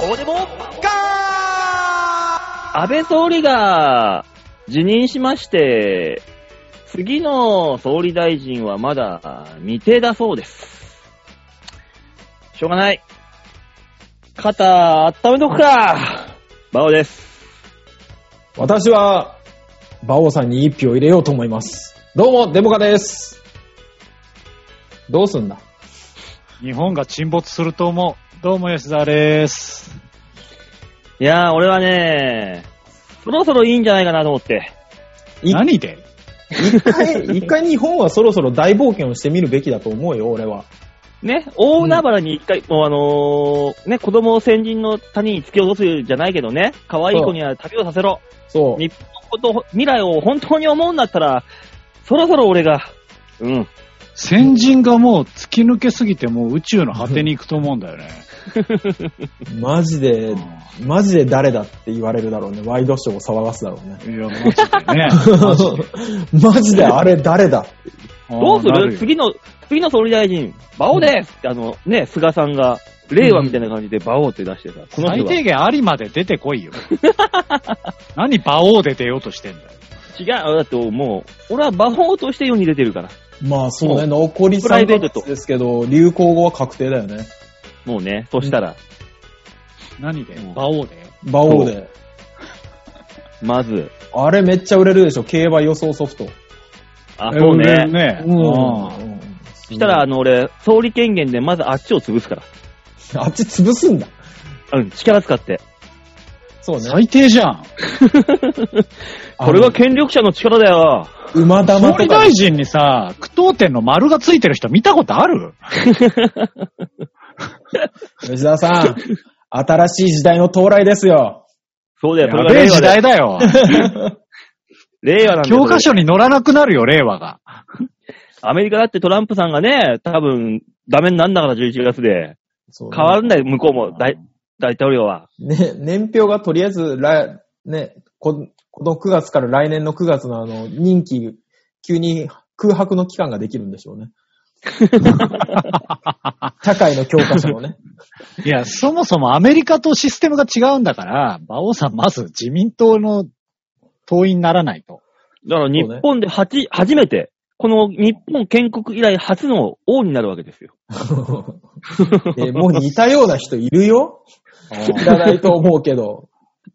どうでもガー。 安倍総理が辞任しまして、次の総理大臣はまだ未定だそうです。しょうがない。肩温めとくか。バオです。 私は、馬王さんに一票入れようと思います。どうも、デモカです。どうすんだ？ 日本が沈没すると思う。どうも、吉沢です。 いやー、俺はね、そろそろいいんじゃないかなと思って。 何で？ 一回日本はそろそろ大冒険をしてみるべきだと思うよ、俺は。ね、 大海原に一回、もうね、子供を先人の谷に突き落とすじゃないけどね、可愛い子には旅をさせろ。 そう。 日本のこと、未来を本当に思うんだったら、そろそろ俺が、 先人がもう突き抜けすぎてもう宇宙の果てに行くと思うんだよね。 マジで誰だって言われるだろうね。ワイドショーを騒がすだろうね。 いや、マジでね。 マジであれ誰だって。 どうする？次の総理大臣、馬王ですってね、菅さんが、令和みたいな感じで馬王って出してさ、この人最低限ありまで出てこいよ。何馬王で出ようとしてんだよ。 違う、だってもう、俺は馬王として世に出てるから。 まあそうね、残り3ヶ月ですけど、流行語は確定だよね。 もうね、そしたら。 何で？馬王で？ 馬王で。 まず。 あれめっちゃ売れるでしょ、競馬予想ソフト。 あ、そうね。したら、俺、総理権限でまずあっちを潰すから。 あっち潰すんだ。 力使って。 そうね。 最低じゃん。 これが権力者の力だよ。 馬玉とか。 総理大臣にさ、句読点の丸がついてる人見たことある？ 吉田さん、新しい時代の到来ですよ。 そうだよ、 やべえ時代だよ。 令和なんだよ。 教科書に載らなくなるよ、令和が。 アメリカだってトランプさんがね、多分、ダメになんだから11月で。変わるんだよ、向こうも、大統領は。ね、 年表がとりあえず、この9月から来年の9月の任期、急に空白の期間ができるんでしょうね。社会の教科書のね。 いや、そもそもアメリカとシステムが違うんだから、馬王さんまず自民党の党員にならないと。 だから日本で初めて、この日本建国以来初の王になるわけですよ。 もう似たような人いるよ。知らないと思うけど。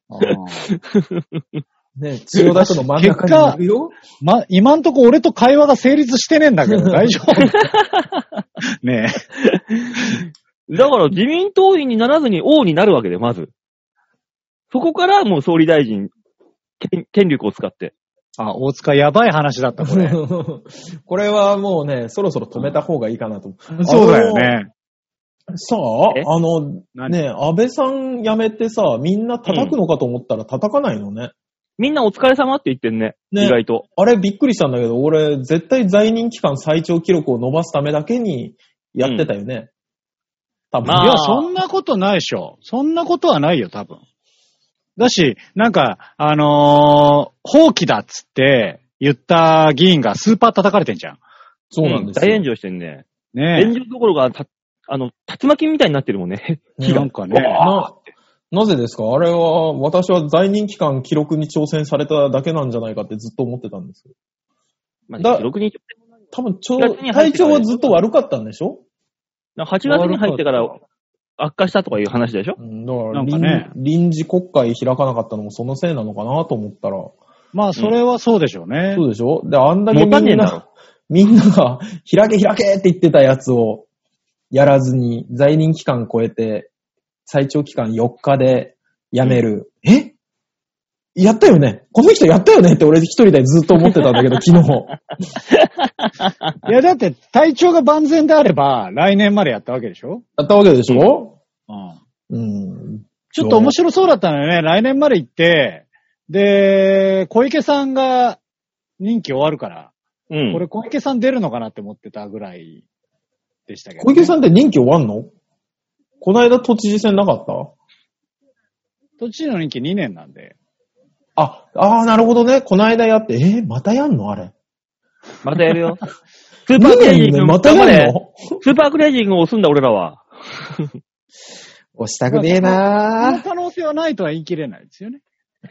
ね、千代田区の真ん中にいるよ。 今んとこ俺と会話が成立してねえんだけど、大丈夫？ねえ。だから自民党員にならずに王になるわけで、まず。そこからもう総理大臣、権力を使って。 大塚やばい話だった、これ。 これはもうね、そろそろ止めた方がいいかなと。 そうだよね。 さあ、ね、安倍さん辞めてさ、みんな叩くのかと思ったら叩かないのね。 みんなお疲れ様って言ってんね。意外と。 あれびっくりしたんだけど、俺、絶対在任期間最長記録を伸ばすためだけにやってたよね。多分。 いや、そんなことないでしょ。そんなことはないよ、多分。だし、なんか、放棄だっつって言った議員がスーパー叩かれてんじゃん。 そうなんですよ。 大炎上してんね。 ね炎上どころが、竜巻みたいになってるもんね。 なんかね。 なぜですか？あれは、私は在任期間記録に挑戦されただけなんじゃないかってずっと思ってたんですよ。 記録に多分体調はずっと悪かったんでしょ？ 8 月に入ってから悪化したとかいう話でしょ？ だからね、臨時国会開かなかったのもそのせいなのかなと思ったら。 まあ、それはそうでしょうね。 そうでしょ？で、あんだけみんなが開けって言ってたやつをやらずに在任期間超えて最長期間4日で辞める。やったよね？この人やったよねって俺一人でずっと思ってたんだけど、昨日。 いや、だって体調が万全であれば来年までやったわけでしょ？ やったわけでしょ？ ちょっと面白そうだったのよね。来年まで行って、で、小池さんが任期終わるから、これ小池さん出るのかなって思ってたぐらいでしたけど、ね。 小池さんって任期終わんの？この間都知事選なかった？ 都知事の任期2年なんで。 なるほどね。この間やって、またやんのあれ。 またやるよ。スーパークレイジング、 またやんの？ スーパークレイジングを押すんだ、俺らは。 押したくねえなその可能性はないとは言い切れないですよね。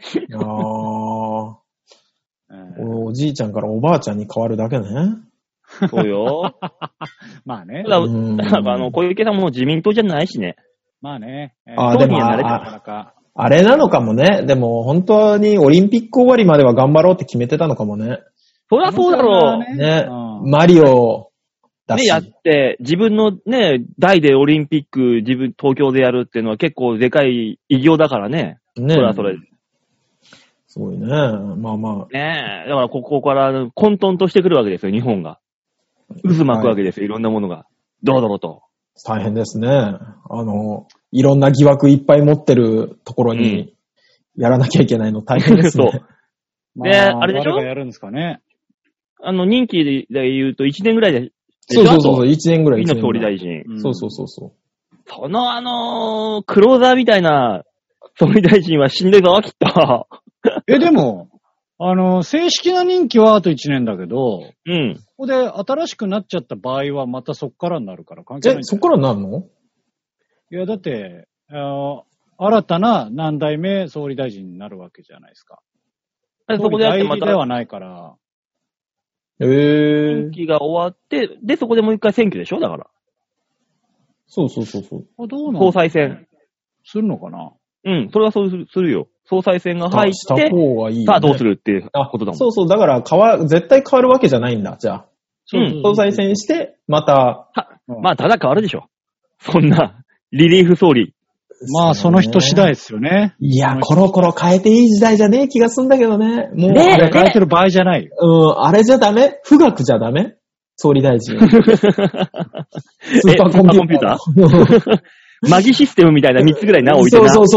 おじいちゃんからおばあちゃんに変わるだけね。 そうよ。 まあね。 小池さんも自民党じゃないしね。 まあね。 でもあれなのかもね。でも本当にオリンピック終わりまでは頑張ろうって決めてたのかもね。 そりゃそうだろう。 ね。マリオだし。 ね、やって、自分のね、代でオリンピック、東京でやるっていうのは結構でかい偉業だからね。ね。それはそれ。 すごいね。まあまあ。 ねえ。だからここから混沌としてくるわけですよ、日本が。渦巻くわけですよ、いろんなものが。どろどろと。 大変ですね。いろんな疑惑いっぱい持ってるところに、やらなきゃいけないの大変ですね。そう。 で、あれでしょ？ 誰がやるんですかね。 任期で言うと1年ぐらいで。 そう、1年ぐらい。 次の総理大臣。 そう。 そのクローザーみたいな総理大臣は死んでるぞ、きっと。 でも、正式な任期はあと1年だけど、ここで新しくなっちゃった場合はまたそっからになるから関係ない。 そっからになるの？ いや、だって、新たな何代目総理大臣になるわけじゃないですか。 そこでやってまた。 ではないから。 任期が終わって、で、そこでもう一回選挙でしょだから。 そう。 どうなの？ 総裁選。 するのかな？ それはそうするよ。総裁選が入って、 した方がいい、ね。 さあどうするっていうことだもん。 そう。だから絶対変わるわけじゃないんだ、じゃあ。総裁選して、また。 まあ、ただ変わるでしょ。そんな、リリーフ総理。 まあ、その人次第ですよね。 いや、コロコロ変えていい時代じゃねえ気がすんだけどね。 もう、あれ変えてる場合じゃないよ。 あれじゃダメ？富岳じゃダメ？総理大臣。スーパーコンピューターマギシステムみたいな3つぐらいな、置いてな。 そう。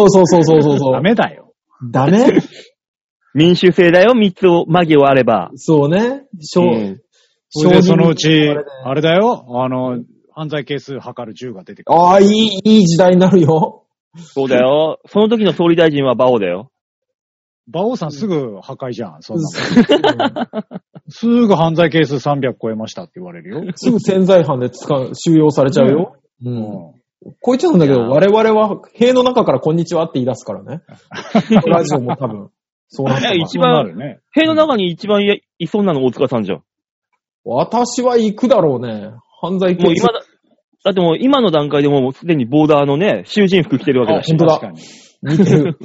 ダメだよ。 ダメ？ 民主制だよ、3つを、マギをあれば。 そうね。 そのうち、あれだよ、犯罪係数測る銃が出てくる。 いい時代になるよ。 そうだよ。その時の総理大臣は馬王だよ。 馬王さんすぐ破壊じゃん、そんなの。すぐ犯罪係数300超えましたって言われるよ。 すぐ潜在犯で収容されちゃうよ。こいつなんだけど、我々は塀の中からこんにちはって言い出すからね。ラジオも多分。そうなった一番、塀の中に一番いそうなの大塚さんじゃん。 私は行くだろうね。犯罪係数。 だってもう今の段階でもうすでにボーダーのね、囚人服着てるわけだし。 本当だ。似てる。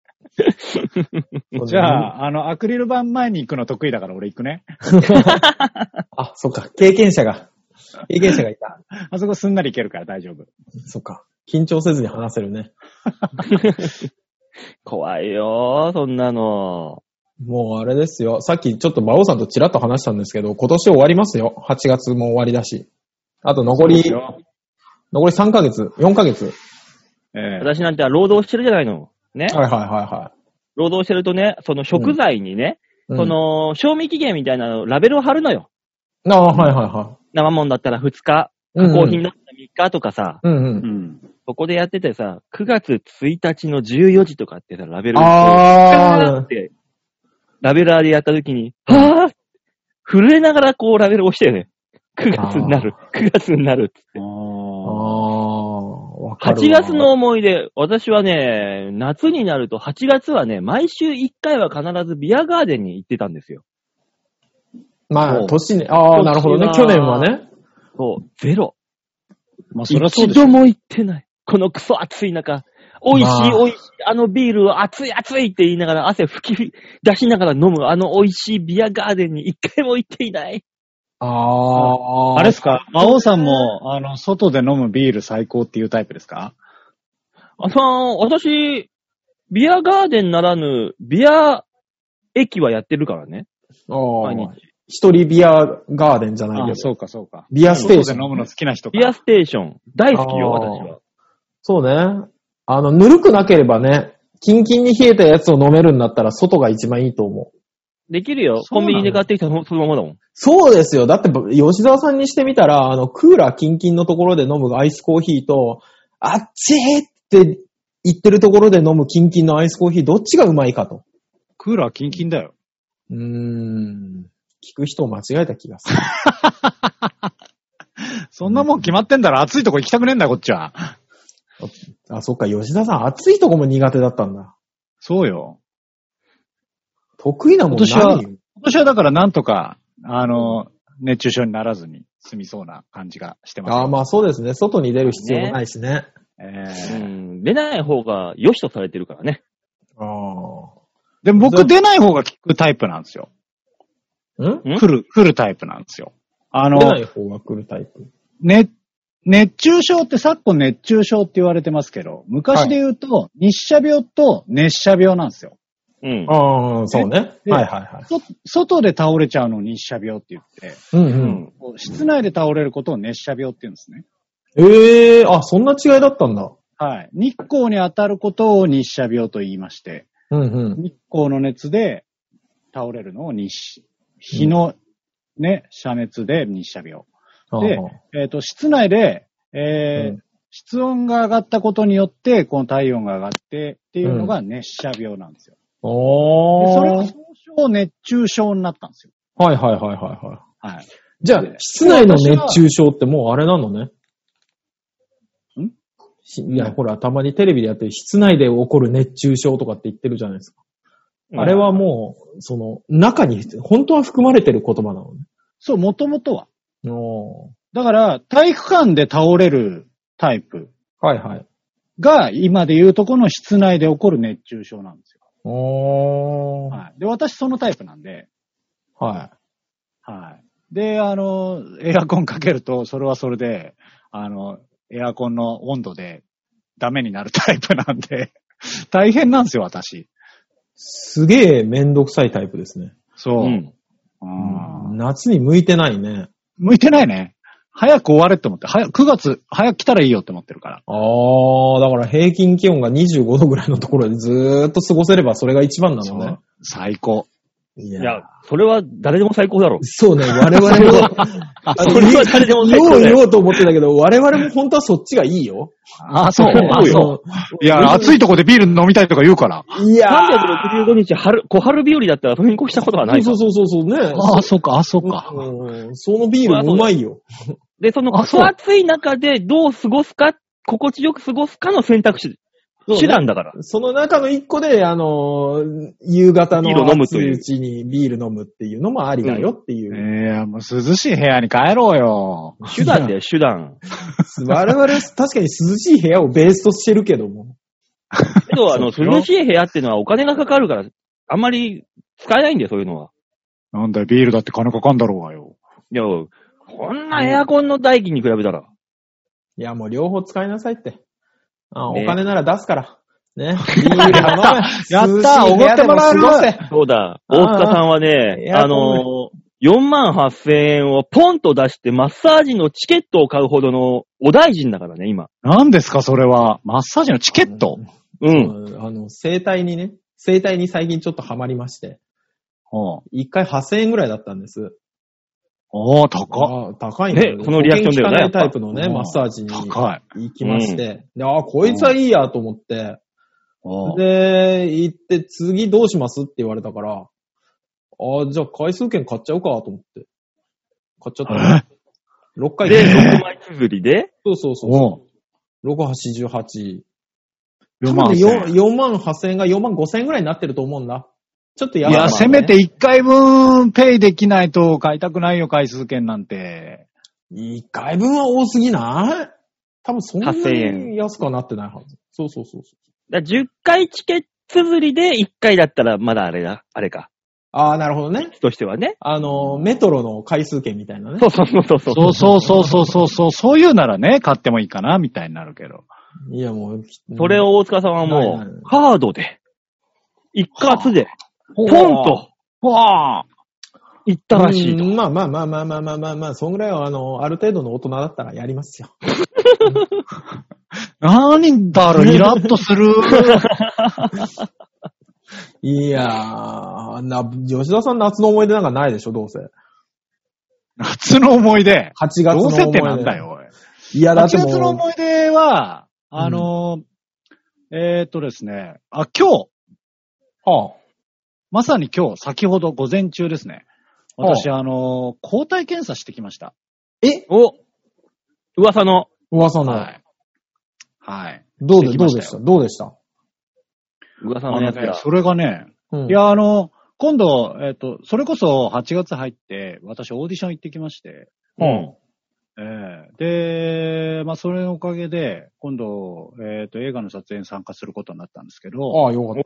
じゃあ、アクリル板前に行くの得意だから俺行くね。 そっか。経験者がいた。 あそこすんなり行けるから大丈夫。 そっか。緊張せずに話せるね。 怖いよ、そんなの。 もうあれですよ。さっきちょっと馬王さんとちらっと話したんですけど、今年終わりますよ。8月も終わりだし。あと残り3ヶ月、4ヶ月。 私なんては労働してるじゃないの。ね。 はい。 労働してるとね、その食材にね、その、賞味期限みたいなラベルを貼るのよ。 はい。 生もんだったら2日、加工品だったら3日とかさ、そこでやっててさ、9月1日の14時とかってさ、ラベルをってラベラーでやった時に、はぁ震えながらこうラベルを押してよね。9月になるっつって。8月の思い出、私はね、夏になると8月はね、毎週1回は必ずビアガーデンに行ってたんですよ。 まあ、年ね。なるほどね。去年はね。 そう、ゼロ。 まあ、それはそうです。一度も行ってない。このクソ暑い中、美味しい、あのビールを熱いって言いながら汗吹き出しながら飲むあの美味しいビアガーデンに一回も行っていない。 あれですか？馬王さんも、外で飲むビール最高っていうタイプですか？ 私、ビアガーデンならぬ、ビア駅はやってるからね。毎日。 一人ビアガーデンじゃないけど。 そうか。 ビアステーション。 外で飲むの好きな人か。 ビアステーション。大好きよ、私は。 そうね。ぬるくなければね、キンキンに冷えたやつを飲めるんだったら外が一番いいと思う。 できるよ。コンビニで買ってきたそのままだもん。 そうですよ。だって、吉沢さんにしてみたら、クーラーキンキンのところで飲むアイスコーヒーと、あっちーって言ってるところで飲むキンキンのアイスコーヒー、どっちがうまいかと。 クーラーキンキンだよ。 聞く人を間違えた気がする。 そんなもん決まってんだろ。暑いとこ行きたくねえんだよ、こっちは。 あ、そっか、吉田さん、暑いとこも苦手だったんだ。 そうよ。 得意なもん何よ。 今年はだからなんとか、熱中症にならずに済みそうな感じがしてます。 ああ、まあそうですね。外に出る必要もないしね。 出ない方が良しとされてるからね。 ああ。 でも僕出ない方が効くタイプなんですよ。 ん来るタイプなんですよ。 出ない方が来るタイプ。 熱中症って昨今熱中症って言われてますけど、昔で言うと、日射病と熱射病なんですよ。 うん。 ああ、そうね。はいはいはい。 外で倒れちゃうのを日射病って言って、 うんうん。 室内で倒れることを熱射病って言うんですね。 あ、そんな違いだったんだ。 はい。日光に当たることを日射病と言いまして、 うんうん。 日光の熱で倒れるのを日のね、遮熱で日射病。で、室内で、室温が上がったことによって、この体温が上がってっていうのが熱射病なんですよ。でそれが総称熱中症になったんですよ。 はいはいはいはいはい。はい。じゃあ、室内の熱中症ってもうあれなのね。いや、ほら、たまにテレビでやってる室内で起こる熱中症とかって言ってるじゃないですか。あれはもう、中に、本当は含まれてる言葉なのね。 そう、もともとは。だから、体育館で倒れるタイプ。 はいはい。 が、今で言うとこの室内で起こる熱中症なんですよ。はい。で、私そのタイプなんで。 はい。 はい。で、エアコンかけると、それはそれで、エアコンの温度でダメになるタイプなんで、大変なんですよ、私。 すげえめんどくさいタイプですね。 そう。 夏に向いてないね。 向いてないね。早く終われって思って、9月、早く来たらいいよって思ってるから。 だから平均気温が25度ぐらいのところでずーっと過ごせればそれが一番なのね。 最高。 いや、それは誰でも最高だろう。 そうね、我々も。それは誰でも最高だよ。言おうと思ってたけど、我々も本当はそっちがいいよ。 そう。いや、暑いとこでビール飲みたいとか言うから。 いや365日小春日和だったらそれに越したことはない。 そうね。 そうか。 そのビールもうまいよ。 で、その暑い中でどう過ごすか、心地よく過ごすかの選択肢。手段だから。 その中の一個で、夕方の暑いうちにビール飲むっていうのもありだよっていう。 もう涼しい部屋に帰ろうよ。 手段だよ、手段。 我々、確かに涼しい部屋をベースとしてるけども。 けど、涼しい部屋っていうのはお金がかかるから、あんまり使えないんだよ、そういうのは。 なんだよ、ビールだって金かかんだろうがよ。 いや、こんなエアコンの代金に比べたら。 いや、もう両方使いなさいって。お金なら出すから。ね。ビール飲め。やったー、おごってもらえる。 そうだ。大塚さんはね、48,000円をポンと出してマッサージのチケットを買うほどのお大臣だからね、今。 何ですか、それは。マッサージのチケット？ 整体に最近ちょっとハマりまして。1回8,000円ぐらいだったんです。高いね。 このリアクションだよね。 保険効かないタイプのね、マッサージに行きまして。で、こいつはいいやと思って。で、行って、次どうしますって言われたから、じゃあ回数券買っちゃうかと思って。買っちゃったね。6回で、6枚綴りでそう。6、88。4万8,000円が4万5,000円ぐらいになってると思うんだ。ちょっとやばい、ね。いや、 せめて1回分ペイできないと買いたくないよ、回数券なんて。 1回分は多すぎない？多分そんなに安くはなってないはず。そう。 10回チケット綴りで1回だったらまだあれか。 なるほどね。 としてはね。 メトロの回数券みたいなね。 そう。 そういうならね、買ってもいいかな、みたいになるけど。 いや、もう。 それを大塚さんはもう、カードで、一括で、ポンと、行ったらしいと。 まあ、そんぐらいは、ある程度の大人だったらやりますよ。 何だろう、イラッとする。 いやー、吉田さん夏の思い出なんかないでしょ、どうせ。 夏の思い出 ?8 月の思い出。 どうせってなんだよ、おい。 いや、だってもう。 8月の思い出は、ですね、今日。まさに今日、先ほど午前中ですね。私、抗体検査してきました。 噂の。 はい。 どうでした噂のやつが。 それがね、いや、今度、それこそ8月入って、私オーディション行ってきまして。で、まあ、それのおかげで、今度、映画の撮影に参加することになったんですけど。 ああ、よかった。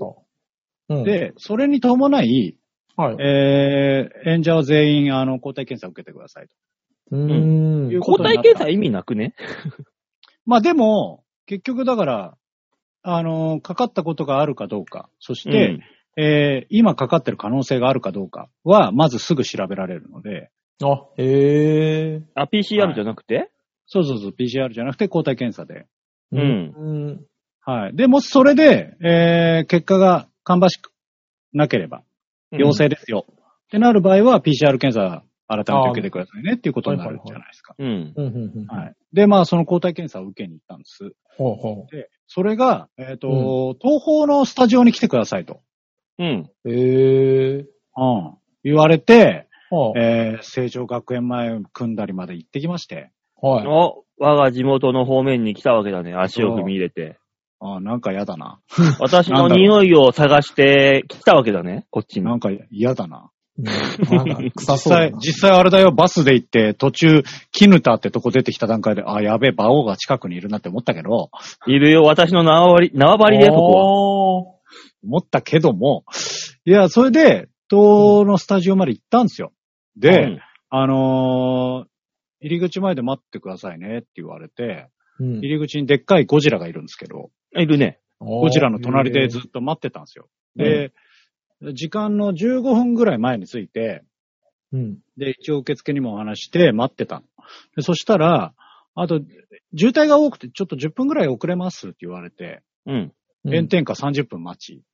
で、それに伴い、はい。演者は全員、抗体検査を受けてくださいと。 抗体検査意味なくねまあでも、結局だから、かかったことがあるかどうか、そして、今かかってる可能性があるかどうかは、まずすぐ調べられるので。 あ、へー。 あ、PCR じゃなくて、はい、 そう、PCR じゃなくて抗体検査で。はい。で、もしそれで、結果が芳しくなければ、陽性ですよ。ってなる場合は、PCR 検査改めて受けてくださいねっていうことになるじゃないですか。はい。で、まあ、その抗体検査を受けに行ったんです。で、それが、東宝のスタジオに来てくださいと。言われて、成城学園前組んだりまで行ってきまして。 はい。我が地元の方面に来たわけだね。足を踏み入れて。 なんか嫌だな。 私の匂いを探して来たわけだね。こっちに。 なんか嫌だな。 臭そうだな。 実際あれだよ、バスで行って、途中、絹田ってとこ出てきた段階で、やべえ、馬王が近くにいるなって思ったけど。 いるよ、私の縄張りで、そこは。 思ったけども。いや、それで、東のスタジオまで行ったんですよ。で、入り口前で待ってくださいねって言われて、入り口にでっかいゴジラがいるんですけど。 いるね。 ゴジラの隣でずっと待ってたんですよ。で、時間の15分ぐらい前に着いて、で、一応受付にもお話して待ってたの。で、そしたら、あと、渋滞が多くてちょっと10分ぐらい遅れますって言われて、炎天下30分待ち。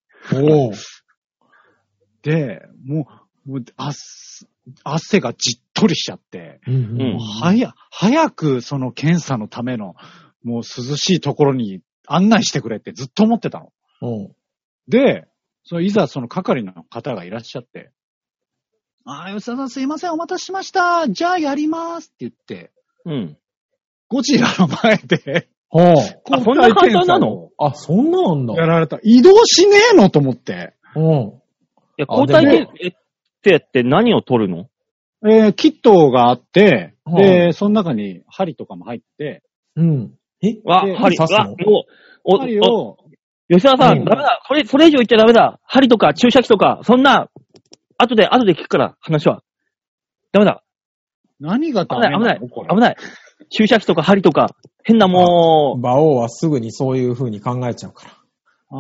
で、もう汗がじっとりしちゃって、早くその検査のための、もう涼しいところに案内してくれってずっと思ってたの。で、いざその係の方がいらっしゃって、吉田さんすいません、お待たせしました。じゃあやりますって言って、ゴジラの前で、 そんな簡単なの？ そんななんだ。 やられた。移動しねえのと思って。 いや、抗体検査って何を取るの？ キットがあって、で、その中に針とかも入って、 針刺すの？ 針を、 吉田さん、ダメだ。それ以上言っちゃダメだ。針とか注射器とか、そんな、後で聞くから、話は。ダメだ。 何がダメなの？ 危ない。注射器とか針とか、変なもう。 馬王はすぐにそういう風に考えちゃうから。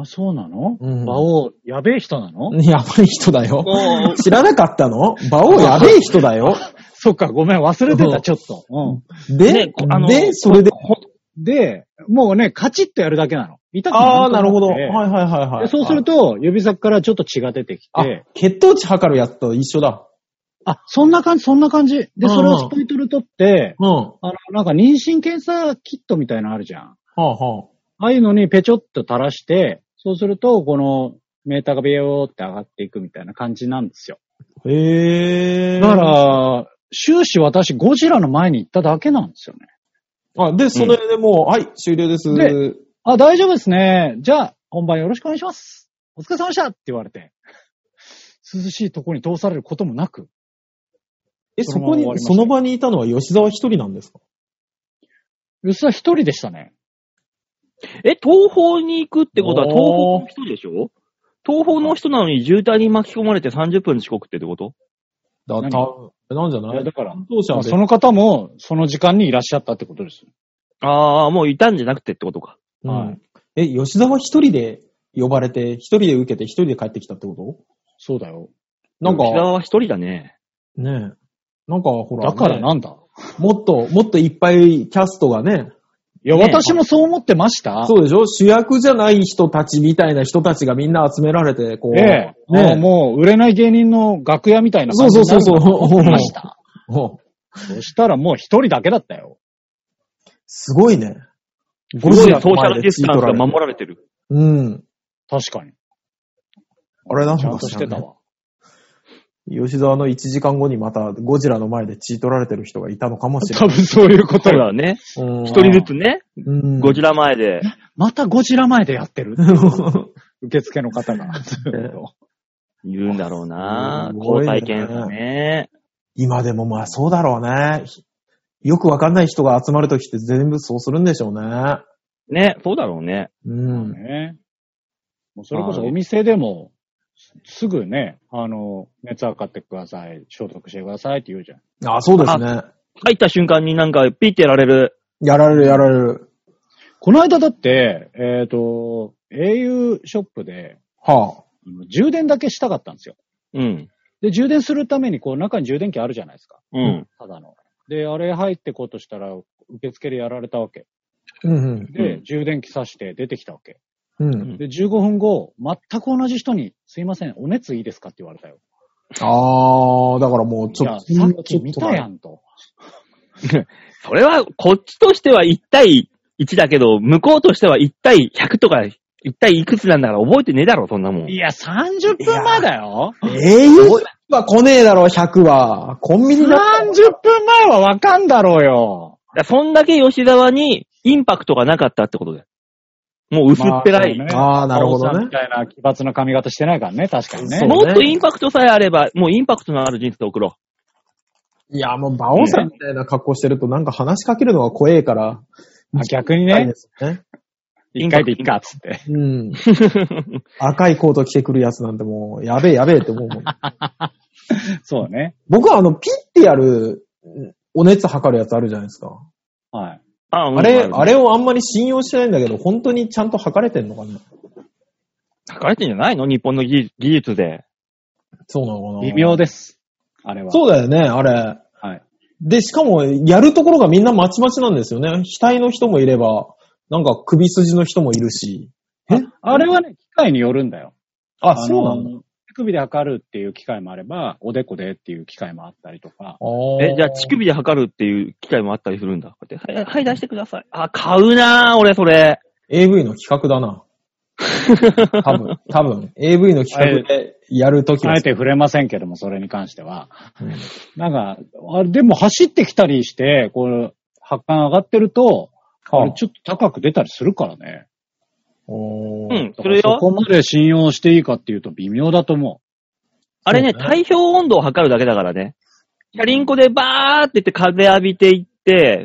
そうなの？馬王、やべえ人なの？ やばい人だよ。知らなかったの？馬王やべえ人だよ。 そっか、ごめん、忘れてた、ちょっと。 で、それで。 で、もうね、カチッとやるだけなの。 なるほど。はい。 そうすると、指先からちょっと血が出てきて。 血糖値測るやつと一緒だ。 そんな感じ。で、それをスポイトル取って、なんか妊娠検査キットみたいなのあるじゃん。ああいうのにペチョッと垂らして、そうすると、このメーターがビヨーって上がっていくみたいな感じなんですよ。だから、終始私ゴジラの前に行っただけなんですよね。 で、それでもう、終了です。 で、大丈夫ですね。じゃあ、本番よろしくお願いします。お疲れ様でしたって言われて。涼しいとこに通されることもなく。 その場にいたのは吉沢一人なんですか？ 吉沢一人でしたね。 東宝に行くってことは東宝の人でしょ？東宝の人なのに渋滞に巻き込まれて30分遅刻ってことなんじゃない？ だから、その方もその時間にいらっしゃったってことです。 もういたんじゃなくてってことか。 吉沢一人で呼ばれて、一人で受けて、一人で帰ってきたってこと？ そうだよ。 吉沢は一人だね。 ねえ。なんかほら、 だからなんだ？ もっといっぱいキャストがね。 いや、私もそう思ってました。 そうでしょ？主役じゃない人たちみたいな人たちがみんな集められて、こう。 もう売れない芸人の楽屋みたいな感じになるのを思いました。そしたらもう一人だけだったよ。 すごいね。 ゴジラソーシャルディスタンスが守られてる。 確かに。 あれなんだちゃんとしてたわ。 吉沢の1時間後にまたゴジラの前で血取られてる人がいたのかもしれない。 多分そういうことだね。一人ずつね、ゴジラ前で。 またゴジラ前でやってる受付の方が。 いるんだろうな。交代検査ね。 今でもまあそうだろうね。よくわかんない人が集まるときって全部そうするんでしょうね。 ね、そうだろうね。 うん。 ね、もうそれこそお店でも、すぐね、熱測ってください、消毒してくださいって言うじゃん。 あ、そうですね。 入った瞬間になんかピッてやられる。 やられる。 この間だって、au ショップで、 はあ、 充電だけしたかったんですよ。 うん。 で、充電するために、中に充電器あるじゃないですか。 うん。 ただの。で、あれ入ってこうとしたら、受付でやられたわけ。 うんうん、 で、充電器挿して出てきたわけ。 うん、 で、15分後、全く同じ人に、すいません、お熱いいですかって言われたよ。 だからもうちょっと。 いや、さっき見たやんと。 それは、こっちとしては1対1だけど、向こうとしては1対100とか、1対いくつなんだから覚えてねえだろ、そんなもん。 いや、30分前だよ。 は来ねえだろ、100は。コンビニだ 30分前はわかんだろうよ。 そんだけ吉沢にインパクトがなかったってことだよ。もう薄っぺらい。 なるほどね。 みたいな奇抜な髪型してないからね、確かにね。 もっとインパクトさえあれば、もうインパクトのある人生を送ろう。いや、もう馬王さんみたいな格好してるとなんか話しかけるのが怖えから。 逆にね。一回でいっか、つって。 うん。赤いコート着てくるやつなんてもう、やべえって思うもん。 そうね。 僕はピッてやる、お熱測るやつあるじゃないですか。 はい。 あれをあんまり信用してないんだけど、本当にちゃんと測れてんのかな？ 測れてんじゃないの？日本の技術で。 そうなのかな？ 微妙です。あれは。 そうだよね、あれ。 はい。 で、しかも、やるところがみんなまちまちなんですよね。額の人もいれば、なんか首筋の人もいるし。 あれはね、機械によるんだよ。 あ、そうなんだ。 手首で測るっていう機械もあれば、おでこでっていう機械もあったりとか。 じゃあ乳首で測るっていう機械もあったりするんだ。こうやって、はい、出してください。あ、買うなぁ、俺それ。 AV の企画だな。多分 AV の企画でやるときは。 あえて触れませんけども、それに関しては。なんか、でも走ってきたりして、こう、発汗上がってると、あれちょっと高く出たりするからね。 それよ。 そこまで信用していいかっていうと微妙だと思う。 あれね、体表温度を測るだけだからね。チャリンコでバーって言って風浴びていって、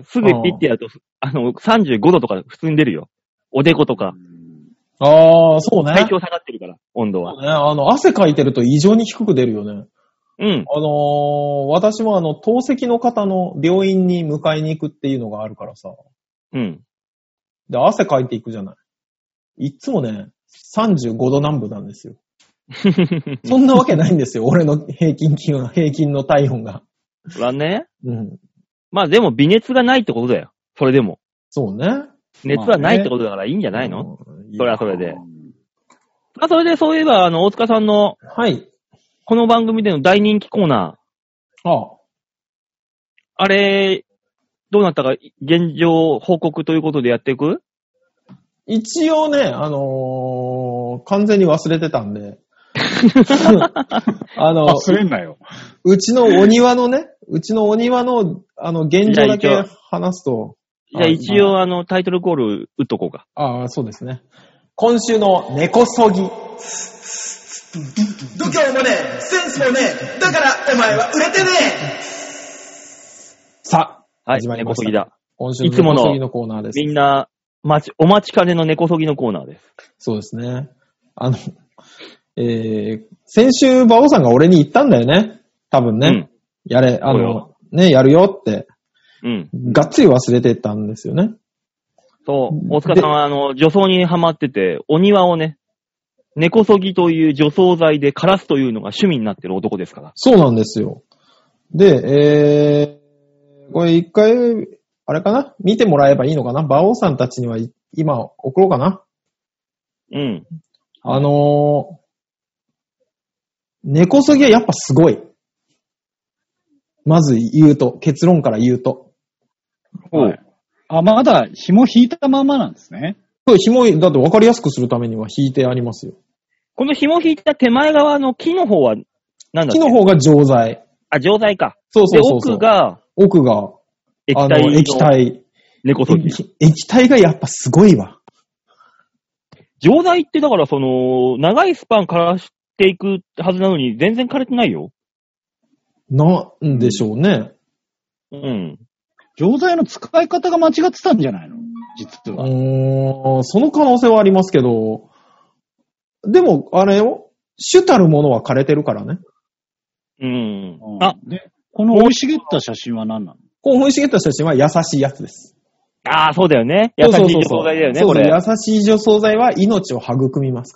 すぐピッてやると、35度とか普通に出るよ。おでことか。 そうね。 体表下がってるから、温度は。 ね、汗かいてると異常に低く出るよね。 うん。 私も透析の方の病院に迎えに行くっていうのがあるからさ。 うん。 で、汗かいていくじゃない。いつもね、35度南部なんですよ。そんなわけないんですよ。俺の平均の体温が。 そらね。 うん。 まあでも微熱がないってことだよ。それでも。 そうね。 熱はないってことだからいいんじゃないの？それはそれで。それでそういえば、大塚さんの、 はい。 この番組での大人気コーナー。あれ、どうなったか、現状報告ということでやっていく？ 一応ね、完全に忘れてたんで。 忘れんなよ。 うちのお庭の、現状だけ話すと。 じゃあ一応、タイトルコール打っとこうか。 そうですね。今週の根こそぎ。度胸もねえ、センスもねえ、だからお前は売れてねえ。さあ、始まりました。 根こそぎだ。 今週の根こそぎのコーナーです。 みんな、お待ちかねの根こそぎのコーナーです。 そうですね。先週、馬王さんが俺に言ったんだよね。多分ね。うん、やれ、やるよって。 うん。 がっつり忘れてたんですよね。 そう。大塚さんは、除草にハマってて、お庭をね、根こそぎという除草剤で枯らすというのが趣味になってる男ですから。 そうなんですよ。で、これ一回、あれかな？見てもらえばいいのかな？馬王さんたちには今送ろうかな？ うん。 根こそぎはやっぱすごい。まず結論から言うと。 はい。まだ紐引いたままなんですね。 そう、紐、だって分かりやすくするためには引いてありますよ。 この紐引いた手前側の木の方は何だっけ？ 木の方が錠剤。 錠剤か。 そう。で、奥が、 液体。 根こそぎ。液体がやっぱすごいわ。 錠剤ってだから長いスパン枯らしていくはずなのに全然枯れてないよ。 なんでしょうね。 うん。 錠剤の使い方が間違ってたんじゃないの？実は。 その可能性はありますけど、でも、あれよ、主たるものは枯れてるからね。 うん。 で、この生い茂った写真は何なの？ この生い茂った写真は優しいやつです。 ああ、そうだよね。優しい除草剤だよね、これ。 優しい除草剤は命を育みますから。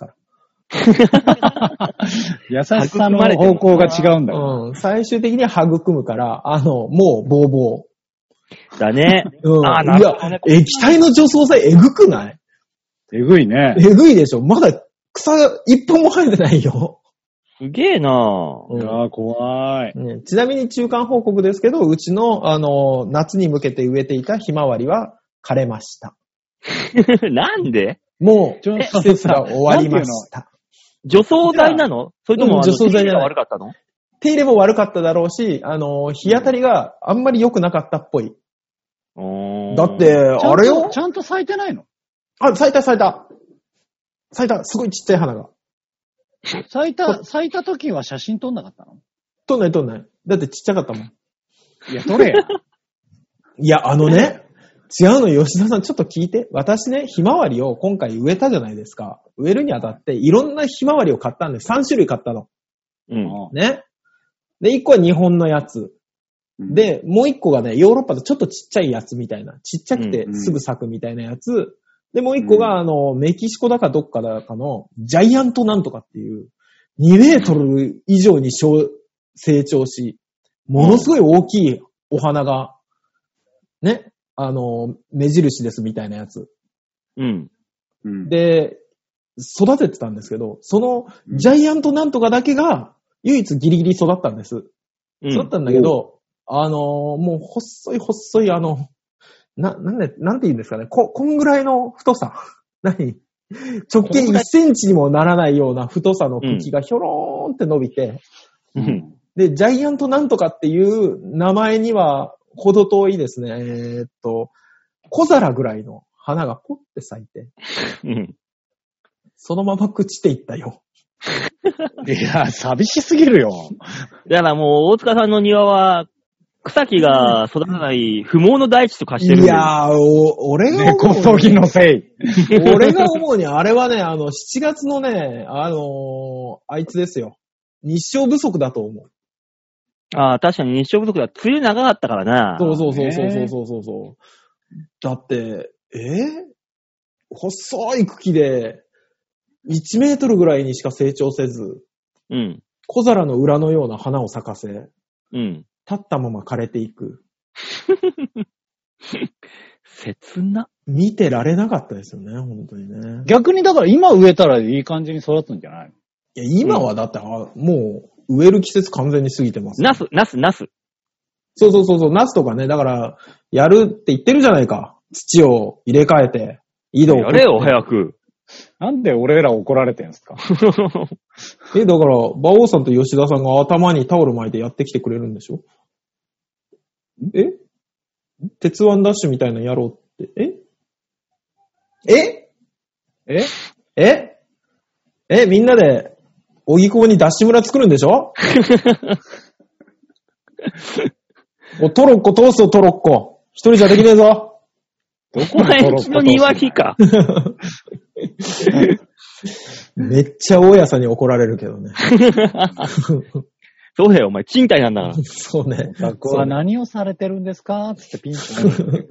優しさの方向が違うんだよ。 最終的には育むから、もうボーボー。だね。 なるほどね。いや、液体の除草剤えぐくない？ えぐいね。 えぐいでしょ。まだ草一本も生えてないよ。 すげえなぁ。 いやー、怖い、 ね。ちなみに中間報告ですけど、うちの、夏に向けて植えていたひまわりは枯れました。 なんで？ もう、季節が終わりました。 除草剤なの？それとも、 除草剤じゃない。 悪かったの？ 手入れも悪かっただろうし、日当たりがあんまり良くなかったっぽい。だって、あれよ？ ちゃんと咲いてないの？ 咲いた。咲いた。すごいちっちゃい花が。 咲いた時は写真撮んなかったの？ 撮んない。だってちっちゃかったもん。 いや、撮れや。 いや、違うの、吉田さん、ちょっと聞いて。私ね、ひまわりを今回植えたじゃないですか。植えるにあたって、いろんなひまわりを買ったんです。3種類買ったの。 うん。 ね。で、1個は日本のやつ。で、もう1個がね、ヨーロッパとちょっとちっちゃいやつみたいな。ちっちゃくてすぐ咲くみたいなやつ。で、もう1個が、メキシコだかどっかだかの、ジャイアントなんとかっていう、2メートル以上に成長し、ものすごい大きいお花が、ね、目印ですみたいなやつ。 うん。 で、育ててたんですけど、そのジャイアントなんとかだけが唯一ギリギリ育ったんです。育ったんだけど、もう細いなんて言うんですかね、こんぐらいの太さ。直径1センチにもならないような太さの茎がひょろーんって伸びて、で、ジャイアントなんとかっていう名前には程遠いですね。小皿ぐらいの花がポッて咲いて、そのまま朽ちていったよ。 いや、寂しすぎるよ。 だからもう、大塚さんの庭は、草木が育たない不毛の大地と化してるんだよ。 いやー、俺が思うに。根こそぎのせい。 俺が思うに、あれはね、7月のね、あいつですよ。日照不足だと思う。 ああ、確かに日照不足だ。梅雨長かったからな。 そう。だって、細い茎で、1メートルぐらいにしか成長せず、小皿の裏のような花を咲かせ、立ったまま枯れていく。 切な。 見てられなかったですよね、本当にね。 逆にだから今植えたらいい感じに育つんじゃないの？ いや、今はだって、もう植える季節完全に過ぎてます、 ね。ナス。 そう、ナスとかね、だから、やるって言ってるじゃないか。土を入れ替えて、井戸を。 やれよ、早く。 なんで俺ら怒られてんすか？ だから、馬王さんと吉田さんが頭にタオル巻いてやってきてくれるんでしょ？鉄腕ダッシュみたいなのやろうって。みんなで、荻窪にダッシュ村作るんでしょ？トロッコ通すよ、トロッコ。一人じゃできねえぞ。 どこがうちの庭木か。 めっちゃ大家さんに怒られるけどね。 そうだよ、お前、賃貸なんだから。 そうね。 お宅は何をされてるんですかつってピンチになる。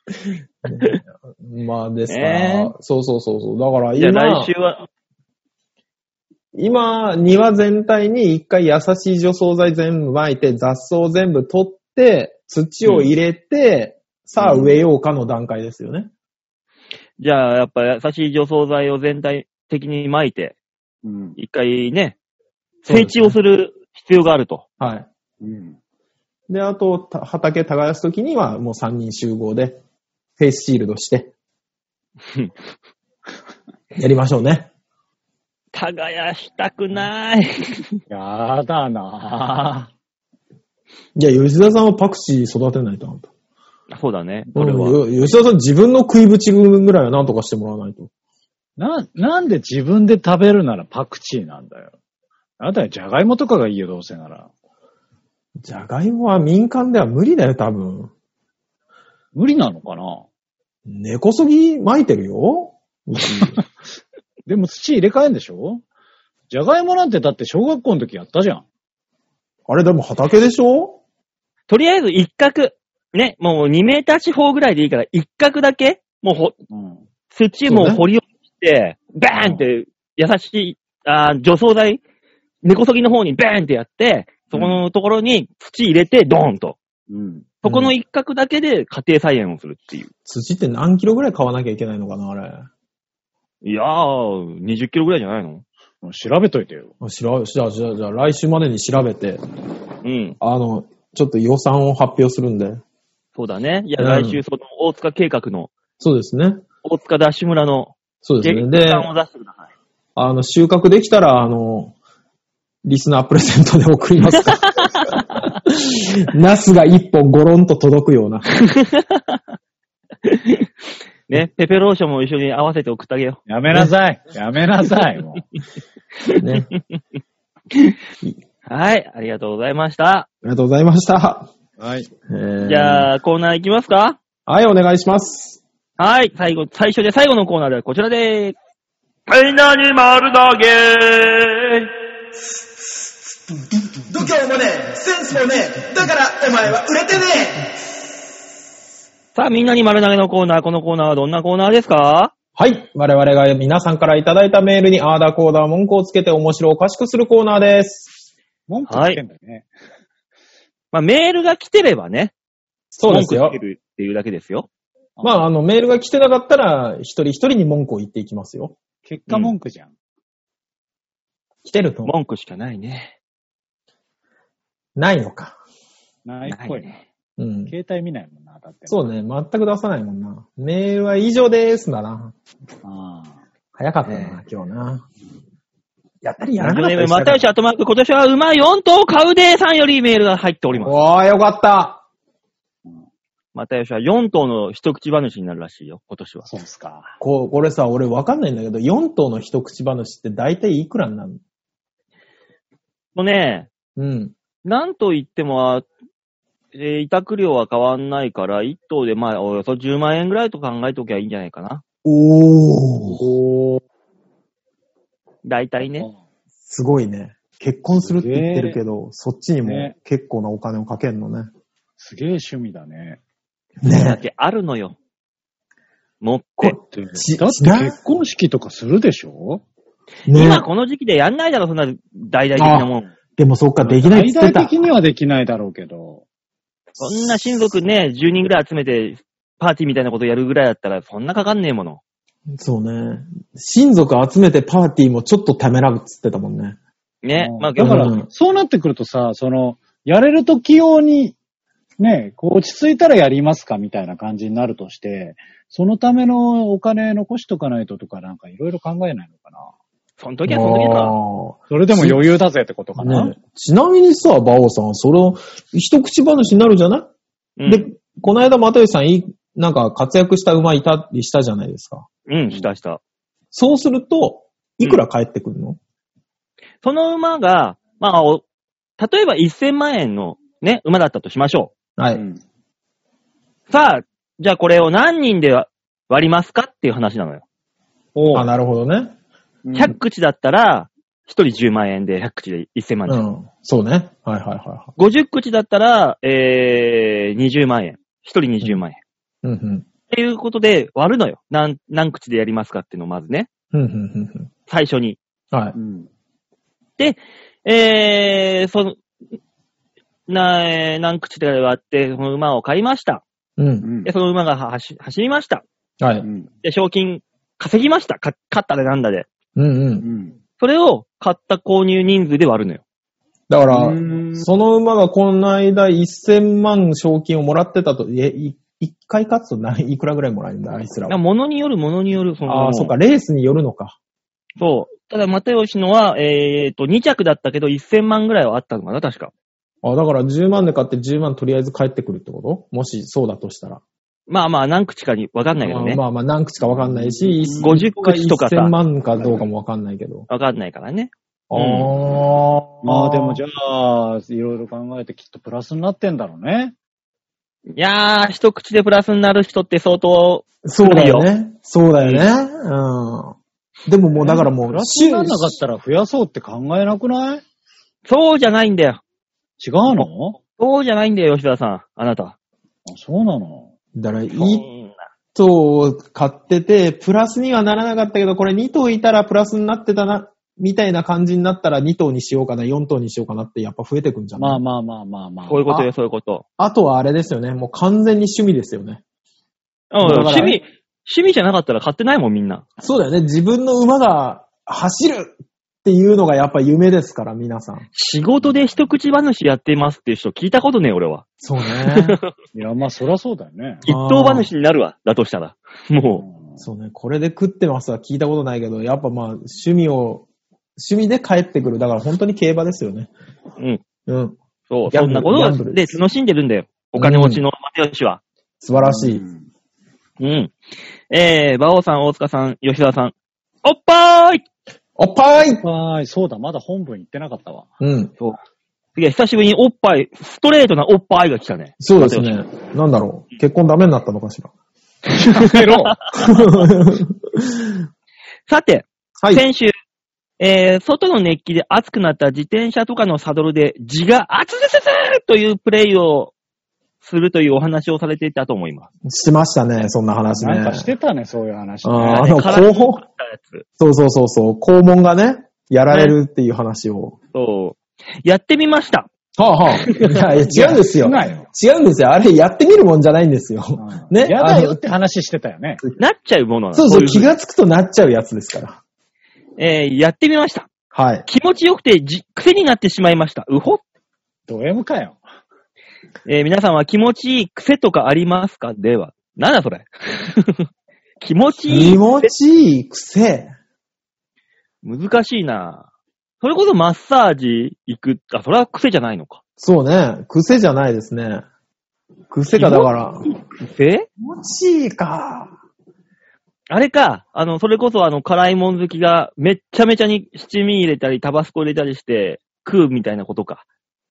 まあですから、そう。だからじゃあ来週は、 今、庭全体に一回優しい除草剤全部撒いて、雑草全部取って、土を入れて、さあ植えようかの段階ですよね。 じゃあ、やっぱ優しい除草剤を全体的に撒いて、一回ね、整地をする必要があると。 はい。で、あと、畑耕すときには、もう3人集合で、フェイスシールドして、やりましょうね。 耕したくない。 やだなぁ。 いや、吉田さんはパクチー育てないとあんた。 そうだね。 吉田さん自分の食いぶちぐらいは何とかしてもらわないと。 なんで自分で食べるならパクチーなんだよ。あなたはジャガイモとかがいいよ、どうせなら。 じゃがいもは民間では無理だよ、多分。 無理なのかな？ 根こそぎ巻いてるよ。 でも土入れ替えんでしょ？ジャガイモなんてだって小学校の時やったじゃん。 あれでも畑でしょ？ とりあえず一角、ね、もう2メーター四方ぐらいでいいから、一角だけ、もう土も掘り起こして、バーンって、優しい、除草剤、根こそぎの方にバーンってやって、そこのところに土入れて、ドーンと。そこの一角だけで家庭菜園をするっていう。 土って何キロぐらい買わなきゃいけないのかな、あれ。 いやー、20キロぐらいじゃないの？ 調べといてよ。 じゃあ来週までに調べて。 うん。 ちょっと予算を発表するんで。 そうだね。いや、来週その大塚計画の。 そうですね。 大塚ダッシュ村の。 そうですね。で、 計画を出してください。 収穫できたら、リスナープレゼントで送りますか。ナスが一本ゴロンと届くような。 ね、ペペローションも一緒に合わせて送ってあげよう。やめなさい。やめなさい。もうね。 はい、ありがとうございました。 ありがとうございました。 はい。 じゃあ、コーナー行きますか？ はい、お願いします。 はい、最初で最後のコーナーではこちらでーす。みんなに丸投げ度胸もねえ、センスもねえ、だからお前は売れてねえ。 さあ、みんなに丸投げのコーナー、このコーナーはどんなコーナーですか？ はい。我々が皆さんからいただいたメールにあーだこーだ文句をつけて面白おかしくするコーナーです。 文句つけんだね。はい、 まあ、メールが来てればね。 そうですよ。 文句つけるっていうだけですよ。 まあ、メールが来てなかったら、一人一人に文句を言っていきますよ。 結果文句じゃん。 来てると。 文句しかないね。 ないのか。 ないっぽいね。 うん。 携帯見ないもんな、だって。 そうね。全く出さないもんな。メールは以上ですだな。早かったな、今日な。やったりやらなかったりした。 またよし、今年は馬4頭買うでーさんよりメールが入っております。 おー、よかった。 またよしは4頭の一口話になるらしいよ、今年は。 そうですか。 これさ、俺わかんないんだけど、4頭の一口話って大体いくらになるの？ もうね、 うん。 なんと言っても、委託料は変わんないから、1頭でまあ、およそ10万円ぐらいと考えておきゃいいんじゃないかな。 おー。 大体ね。 すごいね。結婚するって言ってるけど、そっちにも結構なお金をかけんのね。 すげえ趣味だね。 ねだけあるのよ。もっこだって結婚式とかするでしょ？ ね、今この時期でやんないだろ、そんな大々的なもん。 でもそっか、できないって言ってた。 大々的にはできないだろうけど。 そんな親族ね、10人ぐらい集めて、パーティーみたいなことやるぐらいだったら、そんなかかんねえもの。 そうね。親族集めてパーティーもちょっとためらうっつってたもんね。 ね。まあ、 だから、そうなってくるとさ、やれるとき用に、ね、落ち着いたらやりますかみたいな感じになるとして、そのためのお金残しとかないととかなんかいろいろ考えないのかな。 その時はその時か。 それでも余裕だぜってことかな。 ね、ちなみにさ、バオさん、一口話になるじゃない、で、この間、又吉さん、なんか活躍した馬いたりしたじゃないですか。 した。 そうすると、いくら返ってくるの？ その馬が、まあ、例えば1000万円のね、馬だったとしましょう。はい。 さあ、じゃあこれを何人で割りますかっていう話なのよ。 なるほどね。 100口だったら、1人10万円で100口で1000万円。 そうね。はい。 50口だったら、20万円。1人20万円。っていうことで割るのよ。何口でやりますかっていうのをまずね。最初に。 はい。 で、何口で割って、その馬を買いました。で、その馬が走りました。 はい。 で、賞金稼ぎました。勝ったでなんだで。 それを買った購入人数で割るのよ。 だから、その馬がこの間1000万賞金をもらってたと、一回勝つといくらぐらいもらえるんだ、あいつらは。 物による。 そうか、レースによるのか。 そう。ただ、又吉のは、2着だったけど1000万ぐらいはあったのかな、確か。 だから10万で買って10万とりあえず返ってくるってこと？もしそうだとしたら。 まあまあ、何口かにわかんないけどね。 まあまあ、何口かわかんないし、 50口とかさ。 1000万かどうかもわかんないけど。 わかんないからね。 まあでもじゃあ、いろいろ考えてきっとプラスになってんだろうね。 いやー、一口でプラスになる人って相当そうだよね。そうだよね。うん。でももうだからもう、 プラスにならなかったら増やそうって考えなくない？ そうじゃないんだよ。 違うの？ そうじゃないんだよ、吉田さん。あなた。 あ、そうなの？ だから、1頭を買ってて、プラスにはならなかったけど、これ2頭いたらプラスになってたな、みたいな感じになったら2頭にしようかな、4頭にしようかなってやっぱ増えてくんじゃない？ まあ。 そういうことよ、そういうこと。 あとはあれですよね。もう完全に趣味ですよね。 趣味じゃなかったら買ってないもん、みんな。 そうだよね。自分の馬が走るっていうのがやっぱ夢ですから、皆さん。 仕事で一口話やってますっていう人聞いたことねえ、俺は。 そうね。 いや、まあそりゃそうだよね。 一等話になるわ、だとしたら。もう。そうね。これで食ってますは聞いたことないけど、やっぱまあ趣味で帰ってくる。だから本当に競馬ですよね。 うん。そう、そんなことで楽しんでるんだよ。お金持ちの又吉は。 素晴らしい。 馬王さん、大塚さん、吉田さん。おっぱーいおっぱいそうだ、まだ本文言ってなかったわ。 そう。次は久しぶりにおっぱい、ストレートなおっぱいが来たね。 そうですね。なんだろう。結婚ダメになったのかしら。 さて、 はい、 先週、外の熱気で熱くなった自転車とかのサドルで地が熱々というプレイをするというお話をされていたと思います。 しましたね、そんな話ね。 なんかしてたね、そういう話、ね。 肛門そう。肛門がね、やられるっていう話を。 そう。やってみました。 いや、違うんですよ。違うんですよ。あれ、やってみるもんじゃないんですよ。 ね。やだよって話してたよね。 なっちゃうものなの。 そう、気がつくとなっちゃうやつですから。 やってみました。 はい。 気持ちよくて癖になってしまいました。うほド M かよ。 皆さんは気持ちいい癖とかありますか？では。なんだそれ。気持ちいい癖。 難しいな。それこそマッサージ行く。あ、それは癖じゃないのか。 そうね。癖じゃないですね。癖かだから。 癖？ 気持ちいいか。 あれか。それこそ辛いもん好きがめっちゃめちゃに七味入れたり、タバスコ入れたりして食うみたいなことか。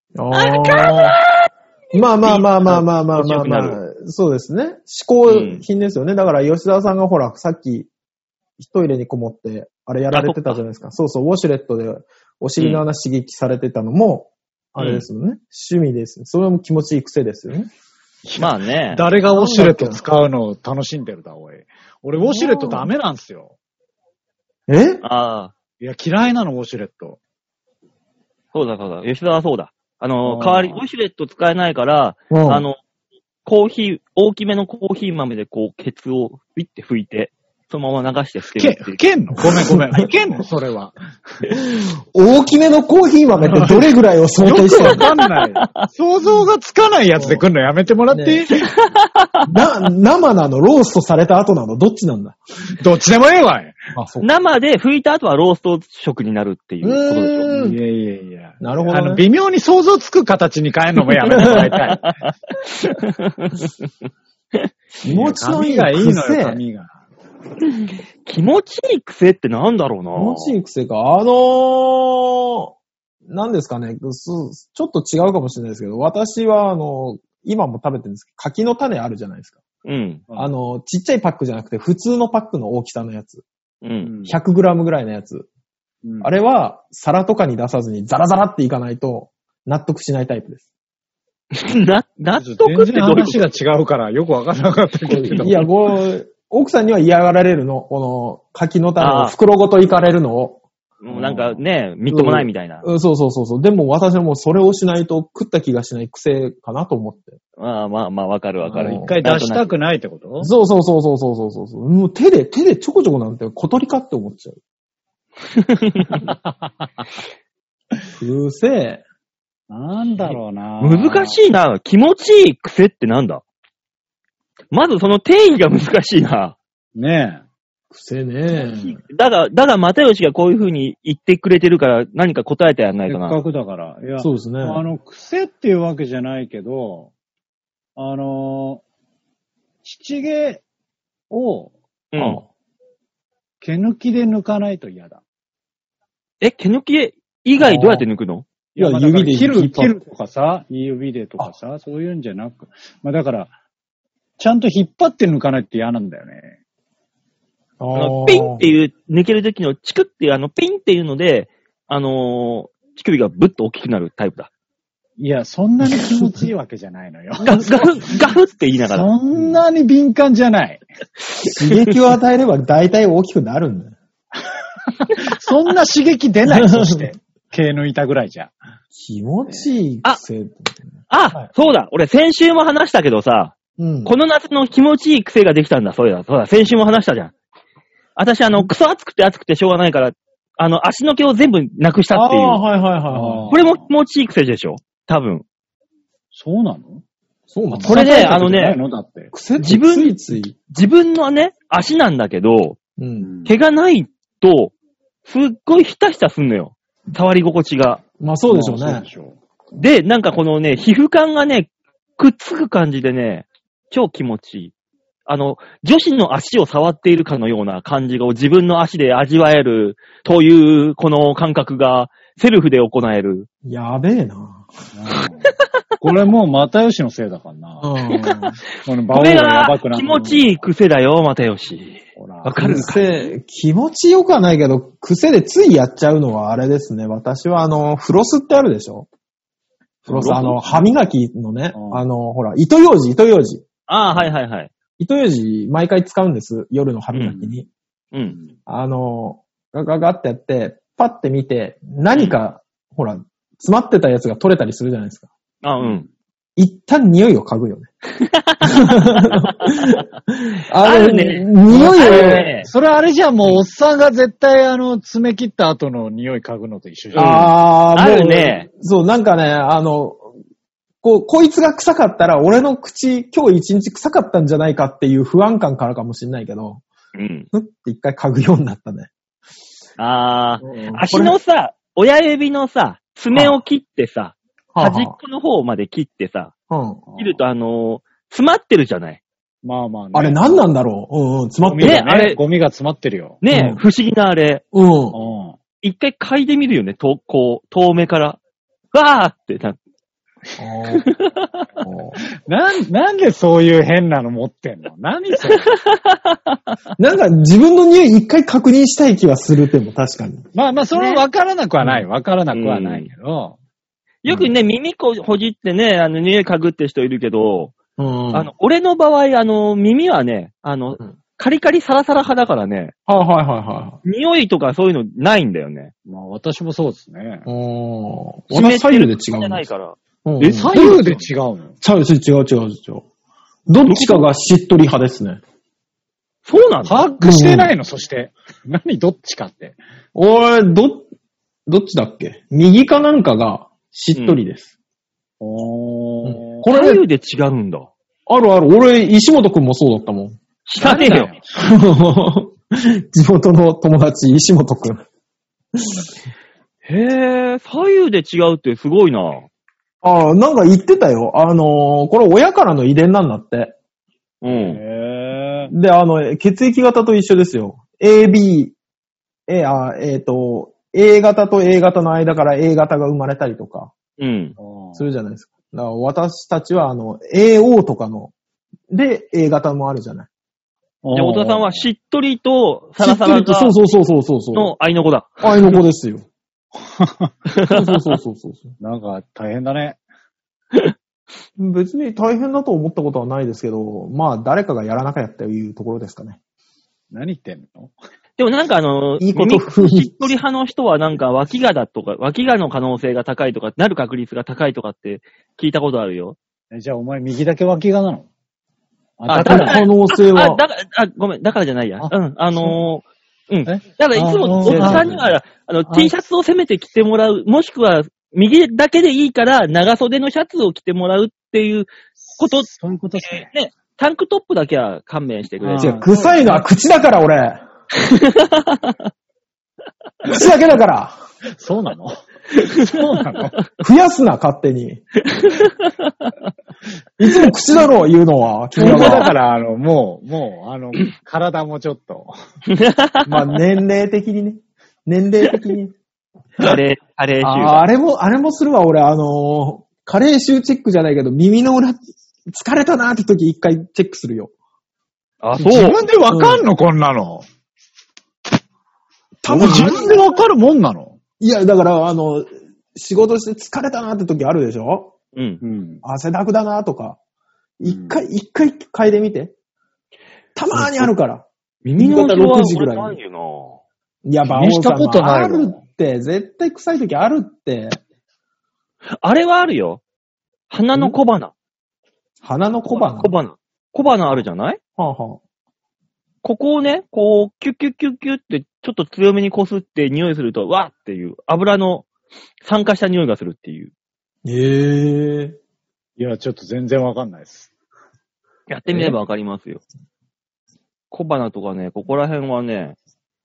まあ。そうですね。嗜好品ですよね。だから吉沢さんがほら、さっきトイレにこもって、あれやられてたじゃないですか。そう、ウォシュレットでお尻の穴刺激されてたのも、あれですよね。趣味です。それも気持ちいい癖ですよね。 まあね。 誰がウォシュレット使うのを楽しんでるだ、おい。俺、ウォシュレットダメなんすよ。 ああ。 いや、嫌いなの、ウォシュレット。 そうだ。吉田はそうだ。代わり、ウォシュレット使えないから、コーヒー、大きめのコーヒー豆でこう、ケツをビッて拭いて、そのまま流して捨てるっていう。 拭けんの？ごめん。拭けんの？それは。 大きめのコーヒー豆ってどれぐらいを想定してるの？ よくわかんない。想像がつかないやつで来るのやめてもらっていい？ 生なの？ローストされた後なの？どっちなんだ？ どっちでもええわい。 生で拭いた後はロースト食になるっていうことでしょ。 いや。 なるほど、ね。 微妙に想像つく形に変えるのもやめてもらいたい。 気持ちのいい癖。 髪がいいのよ、髪が。 気持ちいい癖ってなんだろうな。 気持ちいい癖か。なんですかね。ちょっと違うかもしれないですけど、私は今も食べてるんですけど、柿の種あるじゃないですか。ちっちゃいパックじゃなくて、普通のパックの大きさのやつ。100グラムぐらいのやつ。あれは、皿とかに出さずにザラザラっていかないと、納得しないタイプです。 納得ってどういう話が違うからよくわからなかったけど。 いや、奥さんには嫌がられるの。この柿の種を袋ごといかれるのを。 もうなんかね、みっともないみたいな。 そう。でも私はもうそれをしないと食った気がしない癖かなと思って。 まあ、わかる。 一回出したくないってこと？ そう。もう手でちょこちょこなんて小鳥かって思っちゃう。癖。 なんだろうな。 難しいな。気持ちいい癖ってなんだ？まずその定義が難しいな。 ねえ。癖ね。 だが、又吉がこういう風に言ってくれてるから何か答えてやんないとな。 せっかくだから。いや、 そうですね。 癖っていうわけじゃないけど、 七毛を、 うん。 毛抜きで抜かないと嫌だ。 毛抜き以外どうやって抜くの？ いや、指で切るとかさ、指でとかさ、そういうんじゃなく、まあだから、ちゃんと引っ張って抜かないって嫌なんだよね。 ピンっていう、抜けるときのチクっていう、ピンっていうので、乳首がブッと大きくなるタイプだ。 いや、そんなに気持ちいいわけじゃないのよ。 ガフって言いながら。 そんなに敏感じゃない。 刺激を与えれば大体大きくなるんだよ。 そんな刺激出ない、そして。毛抜いたぐらいじゃ。 気持ちいい癖。 はい、そうだ。俺先週も話したけどさ、この夏の気持ちいい癖ができたんだ。そうだ。先週も話したじゃん。私クソ暑くてしょうがないから、足の毛を全部なくしたっていう。 はい。 これも気持ちいい癖でしょ？多分。 そうなの？ そうなの？ これね、 自分のね、足なんだけど、毛がないと、すっごいひたひたすんのよ。触り心地が。 まあそうでしょうね。 で、なんかこのね、皮膚感がね、くっつく感じでね、超気持ちいい。女子の足を触っているかのような感じを自分の足で味わえるという、この感覚がセルフで行える。 やべえな。 これもう又吉のせいだからな。 これが気持ちいい癖だよ、又吉。わかるか？ 気持ちよくはないけど、癖でついやっちゃうのはあれですね。私はフロスってあるでしょ？フロス、歯磨きのね、ほら、糸ようじ。 ああ、はい。 糸ようじ毎回使うんです。夜の歯磨きに。ガガガってやって、パッて見て、何か、ほら、詰まってたやつが取れたりするじゃないですか。一旦匂いを嗅ぐよね。 あるね。 匂いをね。それあれじゃん、もうおっさんが絶対爪切った後の匂い嗅ぐのと一緒じゃん。 あるね。 そう、なんかね、こいつが臭かったら、俺の口、今日一日臭かったんじゃないかっていう不安感からかもしれないけど、ふって一回嗅ぐようになったね。 足のさ、親指のさ、爪を切ってさ、端っこの方まで切ってさ、切ると詰まってるじゃない。 まあまあね。 あれ何なんだろう？詰まってるね。あれ、ゴミが詰まってるよ。 ね、不思議なあれ。一回嗅いでみるよね、こう、遠目から。わーってなんでそういう変なの持ってんの？何それ？ なんか自分の匂い一回確認したい気はするっても確かに。 まあ、それは分からなくはない。分からなくはないけど。 よくね、耳ほじってね、匂い嗅ぐって人いるけど、俺の場合、耳はね、カリカリサラサラ派だからね。匂いとかそういうのないんだよね。 まあ、私もそうですね。 私左右で違う。 じゃないから。 左右で違うの？ 違う。どっちかがしっとり派ですね。 そうなの？ 把握してないの、そして。何どっちかって。 俺、どっちだっけ？右かなんかがしっとりです。 これ左右で違うんだ。 ある。俺、石本くんもそうだったもん。 知らねえよ。 地元の友達、石本くん。 へぇ、左右で違うってすごいな。 なんか言ってたよ。これ親からの遺伝なんだって。で、血液型と一緒ですよ。AB、A 型と A 型の間から A 型が生まれたりとか。するじゃないですか。だから私たちはAO とかの、で A 型もあるじゃない。 じゃあ、小田さんはしっとりとサラサラが、 そう。 の愛の子だ。 愛の子ですよ。そう。 なんか大変だね。 別に大変だと思ったことはないですけど、まあ誰かがやらなきゃっていうところですかね。 何言ってんの？ でもなんかいいこと風にしっとり派の人はなんか脇がだとか、脇がの可能性が高いとか、なる確率が高いとかって聞いたことあるよ。 じゃあお前右だけ脇がなの？ だから可能性は。 ごめん、だからじゃないや。だからいつもおじさんには、T シャツをせめて着てもらう、もしくは右だけでいいから長袖のシャツを着てもらうっていうこと。 そういうことですね。 ね、タンクトップだけは勘弁してくれ。 違う、臭いのは口だから俺。口だけだから。 そうなの？ 増やすな、勝手に。 いつも口だろ、言うのは。君はだから、もう、体もちょっと。 まあ、年齢的にね。年齢的に。 カレー臭あれもするわ、俺、加齢臭チェックじゃないけど、耳の裏、疲れたなーって時一回チェックするよ。 あ、そう。 自分でわかんの、こんなの。 多分自分でわかるもんなの？ いや、だから、仕事して疲れたなーって時あるでしょ？ うん。 汗だくだなーとか。一回嗅いでみて。たまーにあるから。 耳の後は 6時ぐらいないよな。 いや、馬王さんもあるって、絶対臭い時あるって。 あれはあるよ。鼻の小鼻。 鼻の小鼻？ 小鼻あるじゃない？ はあはあ。 ここをね、こう、キュッキュッキュッキュッって、ちょっと強めにこすって匂いすると、わーっていう、油の酸化した匂いがするっていう。 いや、ちょっと全然わかんないです。 やってみればわかりますよ。小鼻とかね、ここら辺はね、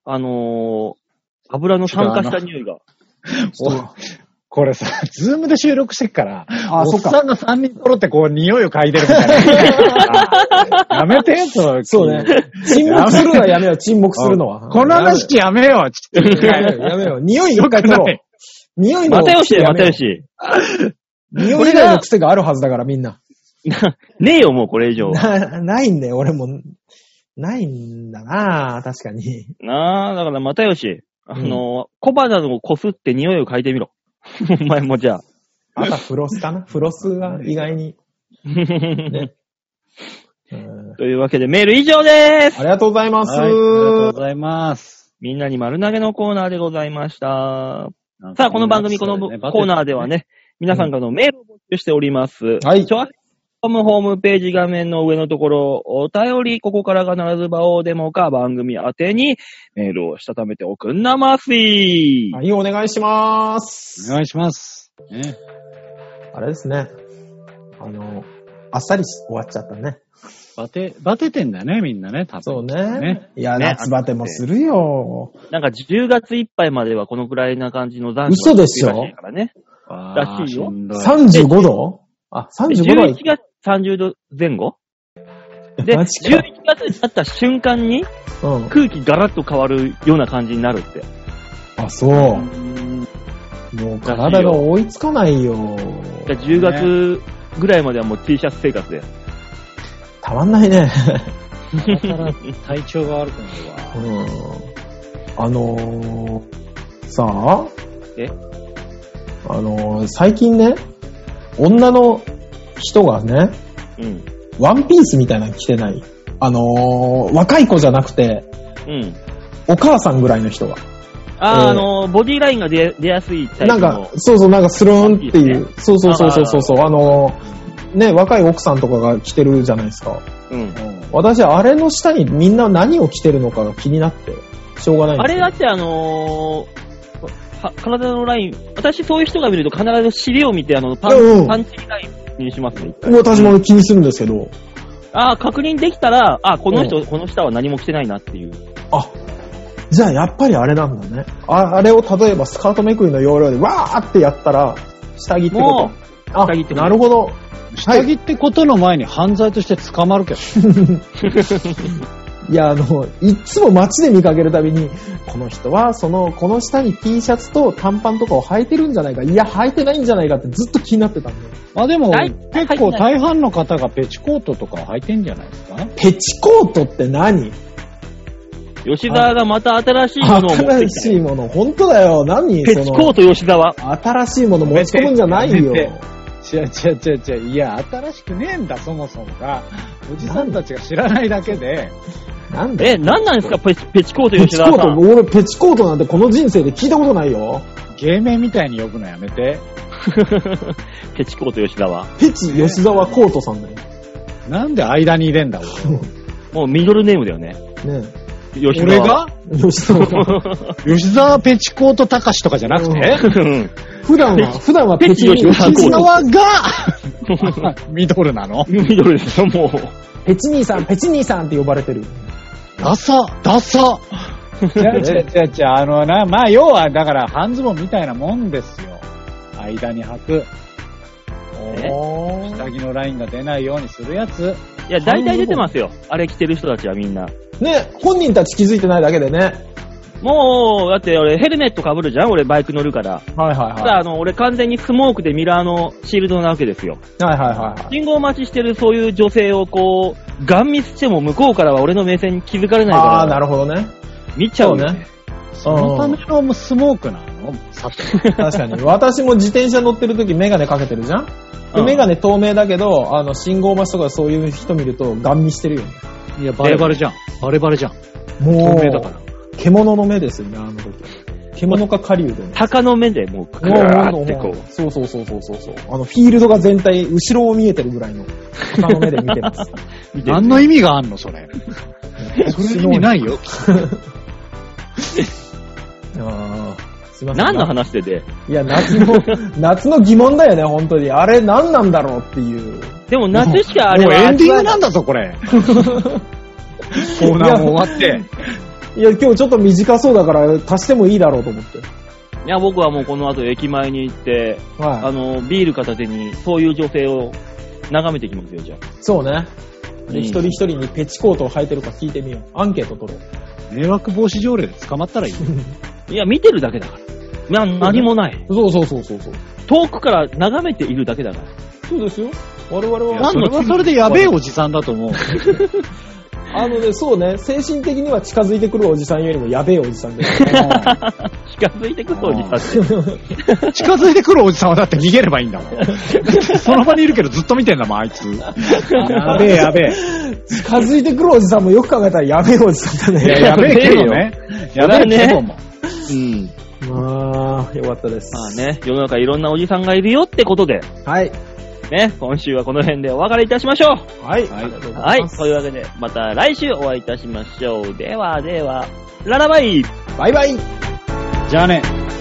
油の酸化した匂いが。 これさ、ズームで収録してっから、 そっか。 おっさんが3人揃ってこう匂いを嗅いでるみたいな。やめて、 そうね。沈黙するのはやめよう、沈黙するのは。 この話やめよう、 やめよう。匂い一回取ろう。匂いの。 又吉。 匂い以外の癖があるはずだから、みんな。 ねえよ、もうこれ以上。 ないんだよ、俺も。ないんだなぁ、確かに。 だから又吉。小鼻をこすって匂いを嗅いでみろ。お前もじゃあ。 あとはフロスかな？フロスが意外に。ね、 というわけでメール以上です。 ありがとうございます。 はい、ありがとうございます。 みんなに丸投げのコーナーでございました。さあ、この番組、このコーナーではね、皆さんからのメールを募集しております。 はい。 ホームページ画面の上のところ、お便り、ここから必ず場をデモか番組宛てにメールをしたためておくんなますい。 はい、お願いします。 お願いします。 ね、あれですね。あっさり終わっちゃったね。 バテてんだね、みんなね、多分。 そうね。いや、夏バテもするよ。 なんか10月いっぱいまではこのくらいな感じの残暑がらしいからね。らしいよ。 35度？あ、35度は。 11月30度前後で、11月になった瞬間に、空気ガラッと変わるような感じになるって。 あ、そう。もう体が追いつかないよ。 10月ぐらいまではもう T シャツ生活で。 たまんないね。 体調が悪くなるわ。さあ最近ね、女の人がね、ワンピースみたいなの着てない。若い子じゃなくて、お母さんぐらいの人が。 ボディラインが出やすいタイプの。 なんか、そう、なんかスルーンっていう。そう。ね、若い奥さんとかが着てるじゃないですか。私、あれの下にみんな何を着てるのかが気になって、しょうがないんですよ。 あれだって体のライン、私そういう人が見ると必ず尻を見てパンチライン気にしますね。 私も気にするんですけど。 確認できたら、この人、この下は何も着てないなっていう。 じゃあやっぱりあれなんだね。あれを例えばスカートめくりの要領でわーってやったら、下着ってこと？下着ってこと。なるほど。 下着ってことの前に犯罪として捕まるけど。 いや、いつも街で見かけるたびに、この人は、この下に T シャツと短パンとかを履いてるんじゃないか、いや、履いてないんじゃないかってずっと気になってたんだよ。 でも、結構大半の方がペチコートとか履いてんじゃないですか？ ペチコートって何？ 吉沢がまた新しいものを持ってきた。 新しいもの、本当だよ。何？ ペチコート吉沢。 新しいもの持ち込むんじゃないよ。 違う。いや、新しくねえんだ、そもそもが。おじさんたちが知らないだけで。 なんなんですか、ペチコート吉沢さん。 俺、ペチコートなんてこの人生で聞いたことないよ。 芸名みたいに呼ぶのやめて。 ペチコート吉沢。 ペチ吉沢コートさんだよ。 なんで間に入れんだ、 もうミドルネームだよね。 吉沢。俺が吉沢ペチコート高しとかじゃなくて、 普段はペチ吉沢がミドルなの？ ミドルですよ、もう。 ペチ兄さんって呼ばれてる。 ダサ。違う。まあ、要は、だから、半ズボンみたいなもんですよ。間に履く。 ね、 下着のラインが出ないようにするやつ。 いや、大体出てますよ。あれ着てる人たちはみんな。 ね、本人たち気づいてないだけでね。 もう、だって俺ヘルメット被るじゃん俺バイク乗るから。 はいはいはい。 俺完全にスモークでミラーのシールドなわけですよ。 はいはいはい。 信号待ちしてるそういう女性をこう、ガン見しても向こうからは俺の目線に気づかれないから。 ああ、なるほどね。 見ちゃうよね。 そのためのスモークなのさて。 確かに。私も自転車乗ってる時メガネかけてるじゃんで、メガネ透明だけど、信号待ちとかそういう人見るとガン見してるよね。 いや、バレバレじゃん。バレバレじゃん。 もう、 透明だから。 獣の目ですよね、あの時。獣か狩人で。 鷹の目でもう、クラーってこう。 そうそうそうそうそう。フィールドが全体、後ろを見えてるぐらいの、鷹の目で見てます。 何の意味があんの、それ。それ意味ないよ。 すいません。 何の話でいや、夏の疑問だよね、本当に。あれ何なんだろうっていう。 でも夏しかあれは。 もうエンディングなんだぞ、これ。コーナーも終わって。 いや、今日ちょっと短そうだから足してもいいだろうと思って。 いや、僕はもうこの後駅前に行って、はい、ビール片手にそういう女性を眺めてきますよ、じゃあ。 そうね。で、一人一人にペチコートを履いてるか聞いてみよう。アンケート取ろう。迷惑防止条例で捕まったらいいいや、見てるだけだから。何もない。 そう。 遠くから眺めているだけだから。 そうですよ。我々 は。それでやべえおじさんだと思う。 そうね、精神的には近づいてくるおじさんよりもやべえおじさんですね。 近づいてくるおじさんって。 近づいてくるおじさんはだって逃げればいいんだもん。その場にいるけどずっと見てんだもん、あいつ。やべえ。 近づいてくるおじさんもよく考えたらやべえおじさんだね。 やべえけどね。やべえけども。 うん。 まあ、よかったです。 まあね、世の中いろんなおじさんがいるよってことで。 はい。 ね、今週はこの辺でお別れいたしましょう。 はい。 はい。というわけで、また来週お会いいたしましょう。では、ララバイ。 バイバイ。 じゃあね。